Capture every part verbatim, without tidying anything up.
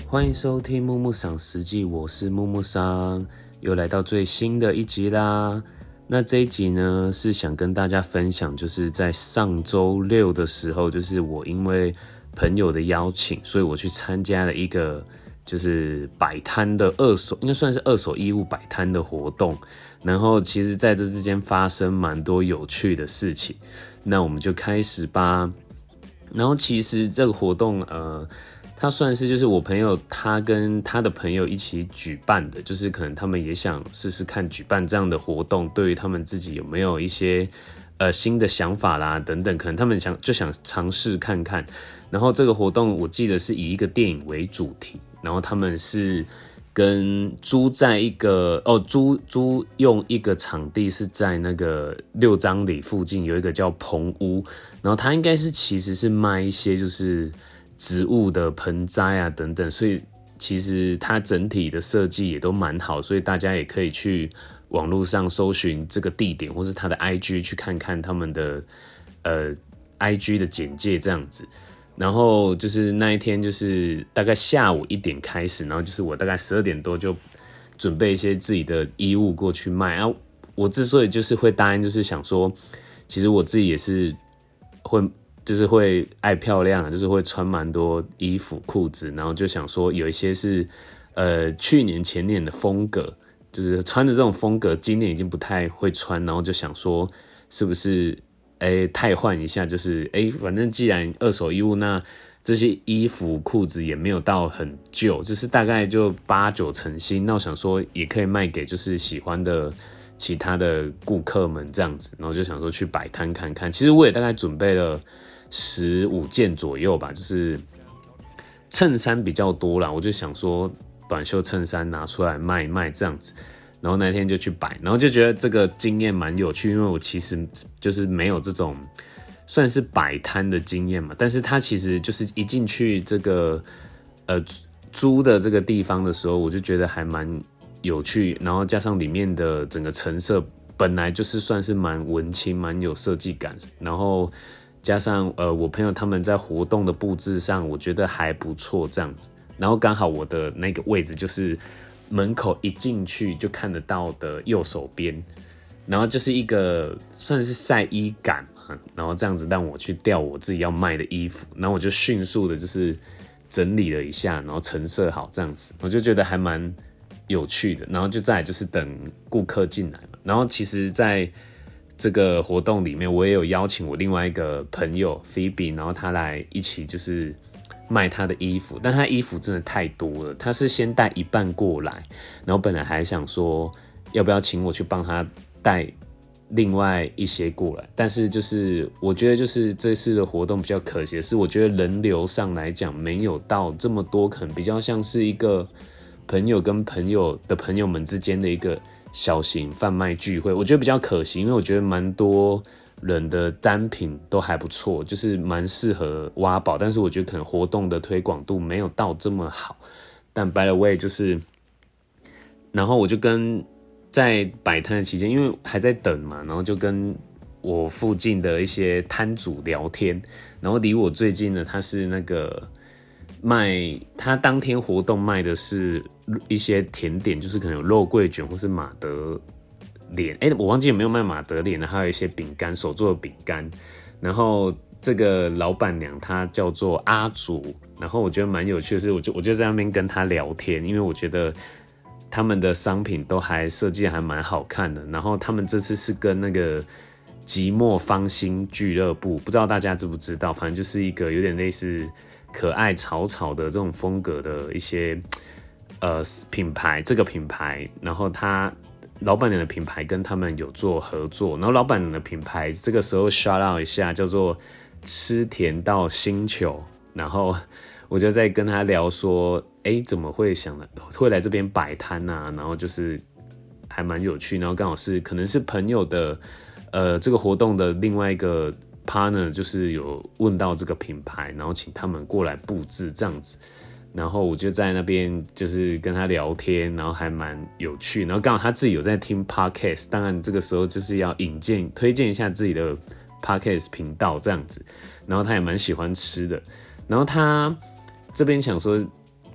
欢迎收听木木赏实记，我是木木桑，又来到最新的一集啦。那这一集呢，是想跟大家分享，就是在上周六的时候，就是我因为朋友的邀请，所以我去参加了一个就是摆摊的二手，应该算是二手衣物摆摊的活动。然后其实在这之间发生蛮多有趣的事情，那我们就开始吧。然后其实这个活动，呃。他算是就是我朋友他跟他的朋友一起举办的，就是可能他们也想试试看举办这样的活动，对于他们自己有没有一些呃新的想法啦等等，可能他们想就想尝试看看。然后这个活动我记得是以一个电影为主题，然后他们是跟租在一个哦租租用一个场地是在那个六张里附近有一个叫棚屋，然后他应该是其实是卖一些就是植物的盆栽啊等等，所以其实它整体的设计也都蛮好，所以大家也可以去网络上搜寻这个地点，或是它的 I G 去看看他们的呃 I G 的简介这样子。然后就是那一天就是大概下午一点开始，然后就是我大概十二点多就准备一些自己的衣物过去卖啊。我之所以就是会答应，就是想说，其实我自己也是会。就是会爱漂亮，就是会穿蛮多衣服裤子，然后就想说有一些是呃去年前年的风格，就是穿的这种风格今年已经不太会穿，然后就想说是不是哎汰换一下，就是哎反正既然二手衣物，那这些衣服裤子也没有到很旧，就是大概就八九成新，那我想说也可以卖给就是喜欢的其他的顾客们这样子，然后就想说去摆摊看看。其实我也大概准备了十五件左右吧，就是衬衫比较多啦，我就想说短袖衬衫拿出来卖一卖这样子，然后那天就去摆，然后就觉得这个经验蛮有趣，因为我其实就是没有这种算是摆摊的经验嘛，但是它其实就是一进去这个呃租的这个地方的时候，我就觉得还蛮有趣，然后加上里面的整个陈设本来就是算是蛮文青、蛮有设计感，然后加上呃我朋友他们在活动的布置上，我觉得还不错这样子。然后刚好我的那个位置就是门口一进去就看得到的右手边，然后就是一个算是晒衣杆嘛，然后这样子让我去吊我自己要卖的衣服，然后我就迅速的就是整理了一下，然后陈设好这样子，我就觉得还蛮有趣的。然后就再来就是等顾客进来嘛，然后其实在这个活动里面我也有邀请我另外一个朋友 Phoebe， 然后他来一起就是卖他的衣服，但他衣服真的太多了，他是先带一半过来，然后本来还想说要不要请我去帮他带另外一些过来，但是就是我觉得就是这次的活动比较可惜的是，我觉得人流上来讲没有到这么多，可能比较像是一个朋友跟朋友的朋友们之间的一个小型贩卖聚会，我觉得比较可惜，因为我觉得蛮多人的单品都还不错，就是蛮适合挖宝，但是我觉得可能活动的推广度没有到这么好。但 by the way 就是，然后我就跟在摆摊的期间，因为还在等嘛，然后就跟我附近的一些摊主聊天，然后离我最近的他是那个卖，他当天活动卖的是一些甜点，就是可能有肉桂卷或是马德莲，哎、欸，我忘记有没有卖马德莲的，还有一些饼干，手做的饼干。然后这个老板娘她叫做阿竹，然后我觉得蛮有趣的是，我就我就在那边跟她聊天，因为我觉得他们的商品都还设计还蛮好看的。然后他们这次是跟那个寂寞芳心俱乐部，不知道大家知不知道，反正就是一个有点类似可爱草草的这种风格的一些呃品牌，这个品牌，然后他老板娘的品牌跟他们有做合作，然后老板娘的品牌这个时候 shout out 一下，叫做吃甜到星球，然后我就在跟他聊说，哎，怎么会想会来这边摆摊啊？然后就是还蛮有趣，然后刚好是可能是朋友的呃这个活动的另外一个 partner， 就是有问到这个品牌，然后请他们过来布置这样子。然后我就在那边就是跟他聊天，然后还蛮有趣，然后刚好他自己有在听 podcast， 当然这个时候就是要引荐推荐一下自己的 podcast 频道这样子，然后他也蛮喜欢吃的，然后他这边想说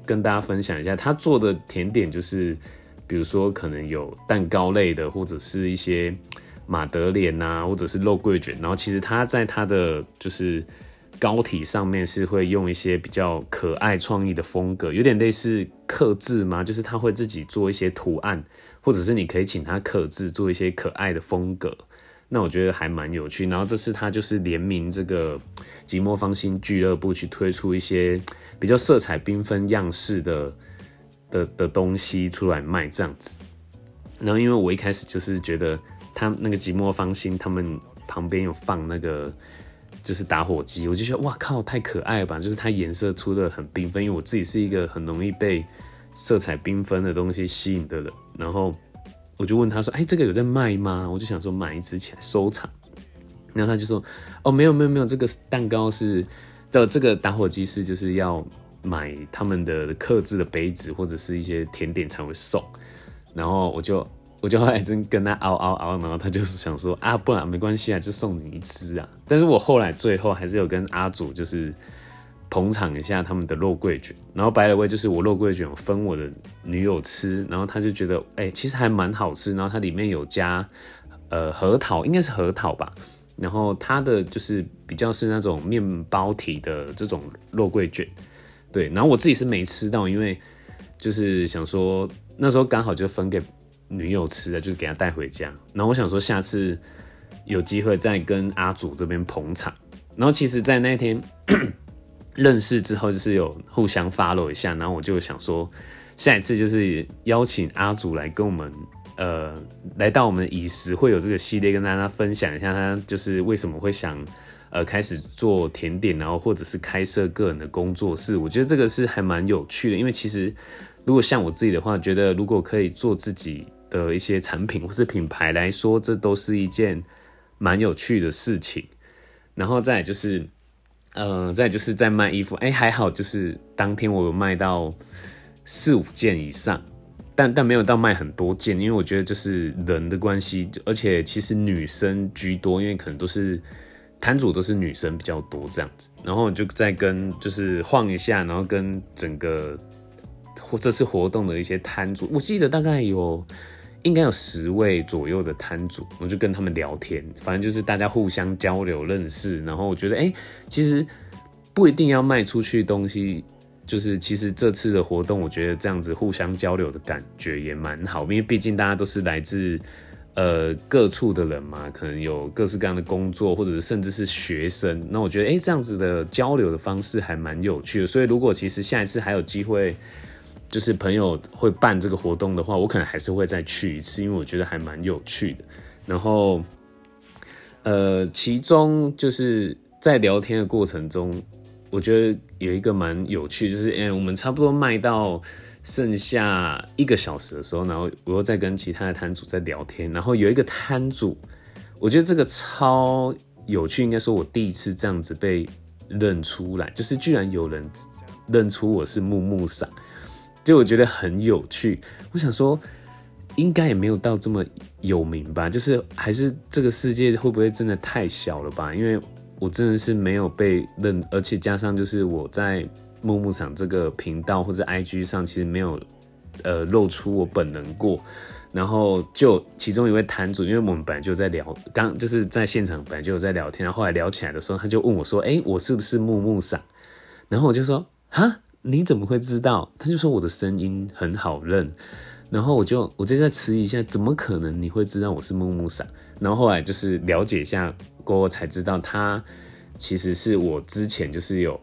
跟大家分享一下，他做的甜点就是，比如说可能有蛋糕类的，或者是一些马德莲啊，或者是肉桂卷，然后其实他在他的就是膏体上面是会用一些比较可爱创意的风格，有点类似客制嘛，就是他会自己做一些图案，或者是你可以请他客制做一些可爱的风格。那我觉得还蛮有趣，然后这次他就是联名这个寂寞芳心俱乐部去推出一些比较色彩缤纷样式的 的, 的东西出来卖这样子。然后因为我一开始就是觉得他那个寂寞芳心他们旁边有放那个就是打火机，我就觉得哇靠太可爱了吧，就是它颜色出的很缤纷，因为我自己是一个很容易被色彩缤纷的东西吸引的人，然后我就问他说：“哎，这个有在卖吗？”我就想说买一支起来收藏。然后他就说：“哦，没有没有没有，这个蛋糕是这这个打火机是就是要买他们的客制的杯子或者是一些甜点才会送。”然后我就我就后来真跟他熬熬熬，然后他就是想说：“啊，不然没关系啊，就送你一支啊。”但是我后来最后还是有跟阿祖就是捧场一下他们的肉桂卷，然后by the way就是我肉桂卷有分我的女友吃，然后她就觉得哎、欸、其实还蛮好吃，然后它里面有加呃核桃，应该是核桃吧，然后它的就是比较是那种面包体的这种肉桂卷，对，然后我自己是没吃到，因为就是想说那时候刚好就分给女友吃的，就是给她带回家，然后我想说下次有机会再跟阿祖这边捧场，然后其实在那天认识之后就是有互相 follow 一下，然后我就想说下一次就是邀请阿祖来跟我们呃来到我们以食会有这个系列，跟大家分享一下他就是为什么会想呃开始做甜点，然后或者是开设个人的工作室。我觉得这个是还蛮有趣的，因为其实如果像我自己的话，觉得如果可以做自己的一些产品或是品牌来说，这都是一件蛮有趣的事情。然后再来就是呃，再来就是在卖衣服，哎、欸，还好，就是当天我有卖到四五件以上，但但没有到卖很多件，因为我觉得就是人的关系，而且其实女生居多，因为可能都是摊主都是女生比较多这样子，然后我就再跟就是晃一下，然后跟整个这次活动的一些摊主，我记得大概有。应该有十位左右的摊主，我就跟他们聊天，反正就是大家互相交流认识，然后我觉得，哎、欸，其实不一定要卖出去东西，就是其实这次的活动，我觉得这样子互相交流的感觉也蛮好，因为毕竟大家都是来自呃各处的人嘛，可能有各式各样的工作，或者是甚至是学生，那我觉得，哎、欸，这样子的交流的方式还蛮有趣的，所以如果其实下一次还有机会。就是朋友会办这个活动的话，我可能还是会再去一次，因为我觉得还蛮有趣的。然后，呃，其中就是在聊天的过程中，我觉得有一个蛮有趣，就是，欸，我们差不多卖到剩下一个小时的时候，然后我又在跟其他的摊主在聊天，然后有一个摊主，我觉得这个超有趣，应该说我第一次这样子被认出来，就是居然有人认出我是木木桑。就我觉得很有趣，我想说，应该也没有到这么有名吧，就是还是这个世界会不会真的太小了吧？因为我真的是没有被认，而且加上就是我在木木桑这个频道或者 I G 上，其实没有呃露出我本人过。然后就其中一位摊主，因为我们本来就在聊，刚就是在现场本来就有在聊天，然后后来聊起来的时候，他就问我说：“哎、欸，我是不是木木桑？”然后我就说：“哈。”你怎么会知道？他就说我的声音很好认，然后我就我就在迟疑一下，怎么可能你会知道我是木木桑？然后后来就是了解一下过后才知道，他其实是我之前就是有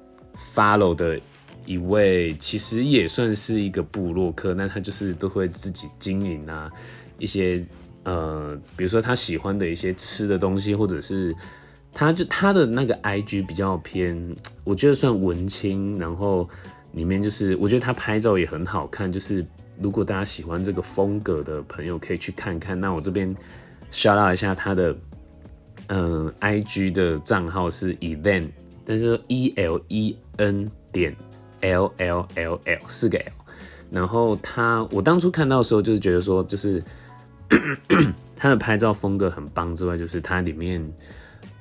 follow 的一位，其实也算是一个部落客，那他就是都会自己经营啊一些呃，比如说他喜欢的一些吃的东西，或者是。他就他的那个 I G 比较偏，我觉得算文青，然后里面就是我觉得他拍照也很好看，就是如果大家喜欢这个风格的朋友可以去看看。那我这边 shout out 一下他的嗯、呃、I G 的账号是 Elen， 但是 E L E N 点 L L L L 四个 L。然后他我当初看到的时候就是觉得说，就是他的拍照风格很棒之外，就是他里面。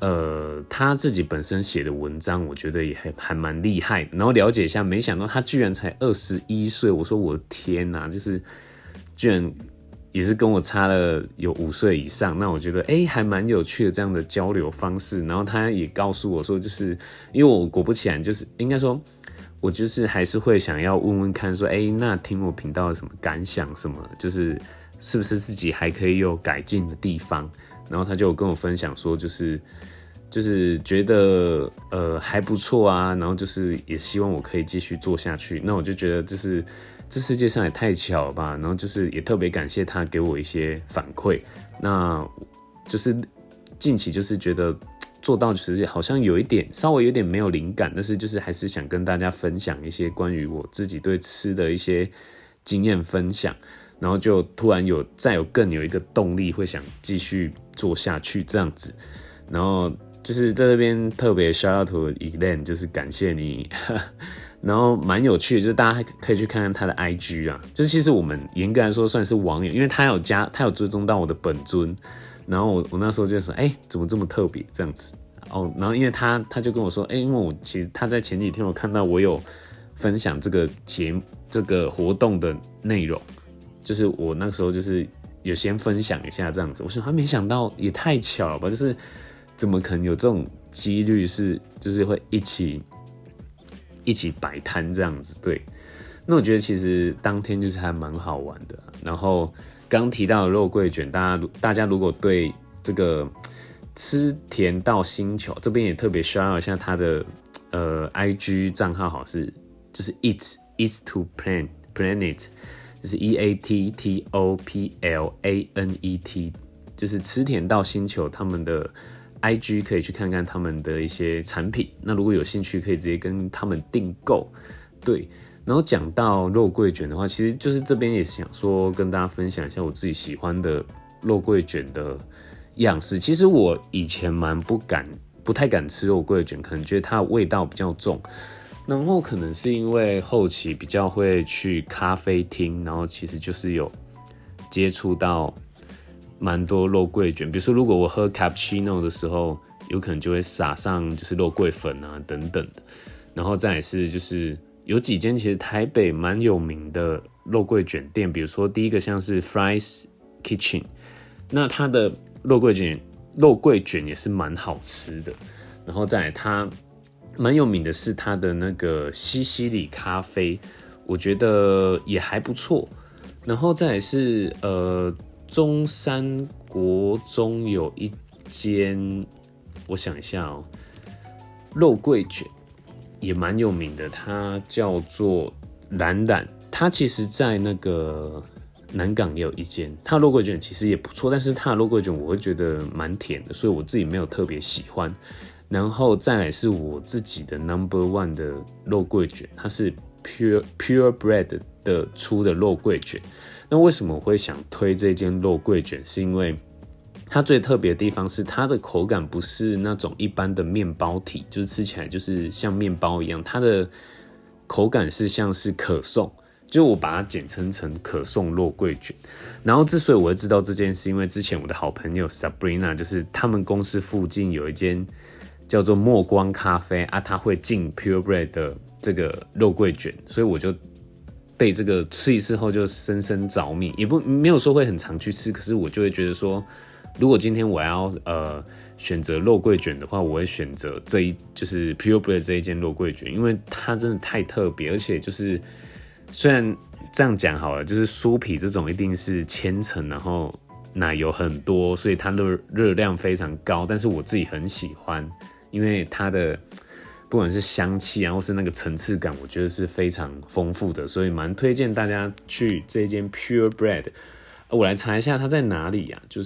呃，他自己本身写的文章，我觉得也还还蛮厉害的。然后了解一下，没想到他居然才二十一岁，我说我的天哪，就是居然也是跟我差了有五岁以上。那我觉得哎、欸，还蛮有趣的这样的交流方式。然后他也告诉我说，就是因为我果不其然，就是应该说，我就是还是会想要问问看说，哎、欸，那听我频道有什么感想，什么就是是不是自己还可以有改进的地方。然后他就跟我分享说，就是就是觉得呃还不错啊，然后就是也希望我可以继续做下去。那我就觉得就是这世界上也太巧了吧，然后就是也特别感谢他给我一些反馈。那就是近期就是觉得做到其实好像有一点稍微有点没有灵感，但是就是还是想跟大家分享一些关于我自己对吃的一些经验分享。然后就突然有再有更有一个动力，会想继续做下去这样子。然后就是在这边特别 shout out to Elaine， 就是感谢你。然后蛮有趣的，就是大家可以去看看他的 I G 啊。就是其实我们严格来说算是网友，因为他有加，他有追踪到我的本尊。然后我我那时候就说，哎、欸，怎么这么特别这样子？哦，然后因为他他就跟我说，哎、欸，因为我其实他在前几天我看到我有分享这个节这个活动的内容。就是我那时候就是有先分享一下这样子，我想他没想到也太巧了吧，就是怎么可能有这种几率是就是会一起一起摆摊这样子。对，那我觉得其实当天就是还蛮好玩的、啊。然后刚提到的肉桂卷，大家大家如果对这个吃甜到星球这边也特别 shout out 一下他的呃 I G 账号，好是就是 eat eat to plan planet。就是 E A T T O P L A N E T， 就是吃甜到星球他们的 I G 可以去看看他们的一些产品。那如果有兴趣，可以直接跟他们订购。对，然后讲到肉桂卷的话，其实就是这边也想说跟大家分享一下我自己喜欢的肉桂卷的样式。其实我以前蛮不敢、不太敢吃肉桂卷，可能觉得它的味道比较重。然后可能是因为后期比较会去咖啡厅，然后其实就是有接触到蛮多肉桂卷，比如说如果我喝 cappuccino 的时候，有可能就会撒上就是肉桂粉啊等等的。然后再来是就是有几间其实台北蛮有名的肉桂卷店，比如说第一个像是 Fry's Kitchen， 那它的肉桂卷肉桂卷也是蛮好吃的。然后再来它蛮有名的是它的那个西西里咖啡，我觉得也还不错。然后再来是呃中山国中有一间，我想一下哦，肉桂卷也蛮有名的，它叫做冉冉，它其实在那个南港也有一间，它的肉桂卷其实也不错，但是它的肉桂卷我会觉得蛮甜的，所以我自己没有特别喜欢。然后再来是我自己的 number one 的肉桂卷，它是 pure pure bread 的出的肉桂卷。那为什么我会想推这间肉桂卷？是因为它最特别的地方是它的口感不是那种一般的面包体，就是吃起来就是像面包一样，它的口感是像是可颂，就我把它简称成可颂肉桂卷。然后之所以我会知道这件事，因为之前我的好朋友 Sabrina， 就是他们公司附近有一间叫做墨光咖啡啊，它会进 Pure Bread 的这个肉桂卷，所以我就被这个吃一次后就深深着迷，也不没有说会很常去吃，可是我就会觉得说，如果今天我要呃选择肉桂卷的话，我会选择这一就是 Pure Bread 这一间肉桂卷，因为它真的太特别，而且就是虽然这样讲好了，就是酥皮这种一定是千层，然后奶油很多，所以它的热量非常高，但是我自己很喜欢。因为它的不管是香气啊，或是那个层次感，我觉得是非常丰富的，所以蛮推荐大家去这间 Pure Bread。我来查一下它在哪里呀、啊？就是、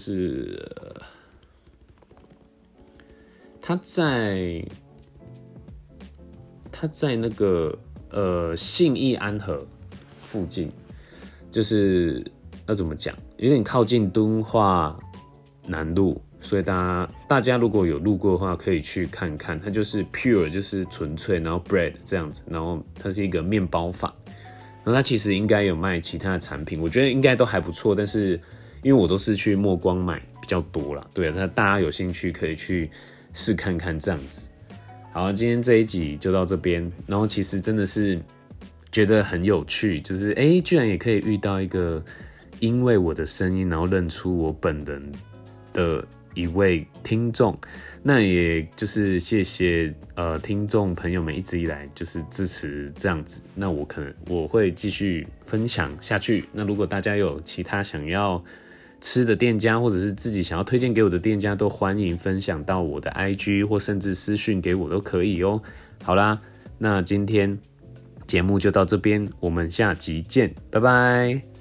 呃、它在它在那个呃信义安和附近，就是要怎么讲，有点靠近敦化南路。所以大家大家如果有路过的话，可以去看看。它就是 pure， 就是纯粹，然后 bread 这样子，然后它是一个面包坊。然后它其实应该有卖其他的产品，我觉得应该都还不错。但是因为我都是去墨光买比较多啦，对啊，那大家有兴趣可以去试看看这样子。好，今天这一集就到这边。然后其实真的是觉得很有趣，就是哎、欸，居然也可以遇到一个因为我的声音然后认出我本人的一位听众。那也就是谢谢呃听众朋友们一直以来就是支持这样子。那我可能我会继续分享下去。那如果大家有其他想要吃的店家，或者是自己想要推荐给我的店家，都欢迎分享到我的 I G 或甚至私讯给我都可以哦。好啦，那今天节目就到这边，我们下集见，拜拜。